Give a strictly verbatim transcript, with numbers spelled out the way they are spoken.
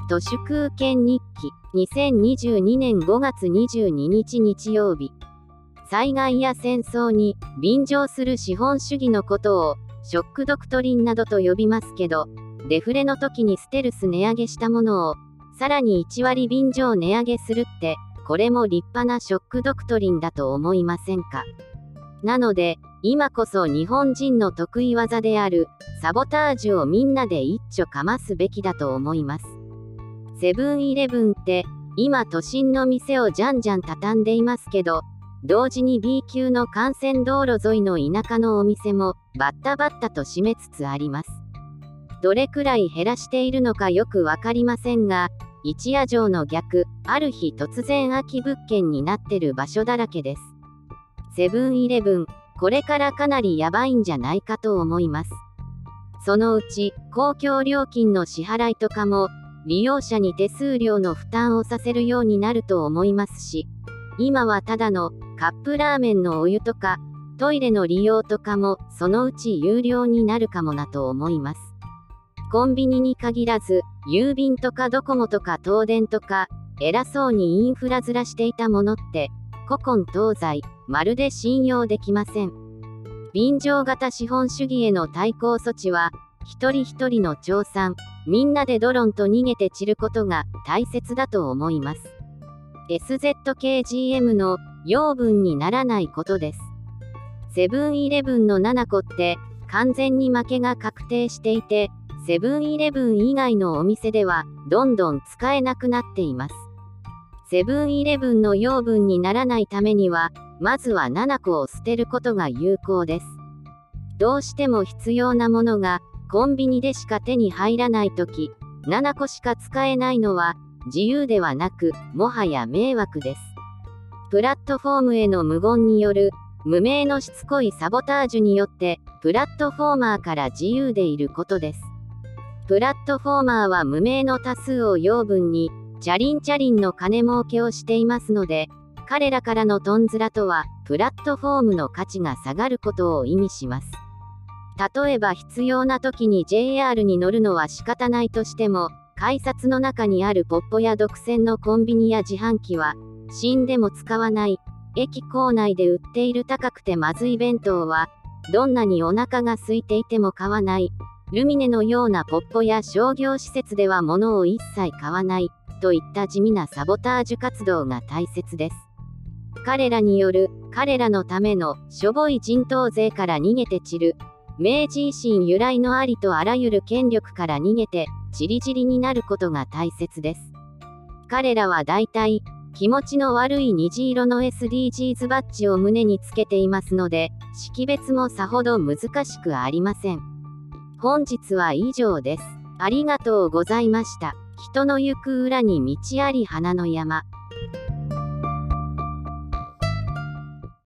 都市空権日記にせんにじゅうにねんごがつにじゅうににち日曜日。災害や戦争に便乗する資本主義のことをショックドクトリンなどと呼びますけど、デフレの時にステルス値上げしたものをさらにいちわり便乗値上げするって、これも立派なショックドクトリンだと思いませんか。なので、今こそ日本人の得意技であるサボタージュをみんなで一丁かますべきだと思います。セブンイレブンって今都心の店をじゃんじゃん畳んでいますけど、同時に B 級の幹線道路沿いの田舎のお店もバッタバッタと閉めつつあります。どれくらい減らしているのかよくわかりませんが、一夜城の逆、ある日突然空き物件になってる場所だらけです。セブンイレブン、これからかなりやばいんじゃないかと思います。そのうち、公共料金の支払いとかも、利用者に手数料の負担をさせるようになると思いますし、今はただのカップラーメンのお湯とか、トイレの利用とかも、そのうち有料になるかもなと思います。コンビニに限らず、郵便とかドコモとか東電とか、偉そうにインフラ面していたものって、古今東西、まるで信用できません。便乗型資本主義への対抗措置は、一人一人の調査、みんなでドロンと逃げて散ることが大切だと思います。エスゼットケージーエム の養分にならないことです。セブンイレブンのななこって完全に負けが確定していて、セブンイレブン以外のお店ではどんどん使えなくなっています。セブンイレブンの養分にならないためには、まずはななこを捨てることが有効です。どうしても必要なものがコンビニでしか手に入らないとき、ななこしか使えないのは自由ではなく、もはや迷惑です。プラットフォームへの無言による無名のしつこいサボタージュによって、プラットフォーマーから自由でいることです。プラットフォーマーは無名の多数を養分に、チャリンチャリンの金儲けをしていますので、彼らからのトンズラとは、プラットフォームの価値が下がることを意味します。例えば必要な時に ジェイアール に乗るのは仕方ないとしても、改札の中にあるポッポや独占のコンビニや自販機は、死んでも使わない。駅構内で売っている高くてまずい弁当は、どんなにお腹が空いていても買わない。ルミネのようなポッポや商業施設では物を一切買わない。といった地味なサボタージュ活動が大切です。彼らによる、彼らのための、しょぼい人頭税から逃げて散る。明治維新由来のありとあらゆる権力から逃げて、チリチリになることが大切です。彼らは大体、気持ちの悪い虹色の エスディージーズ バッジを胸につけていますので、識別もさほど難しくありません。本日は以上です。ありがとうございました。人の行く裏に道あり花の山。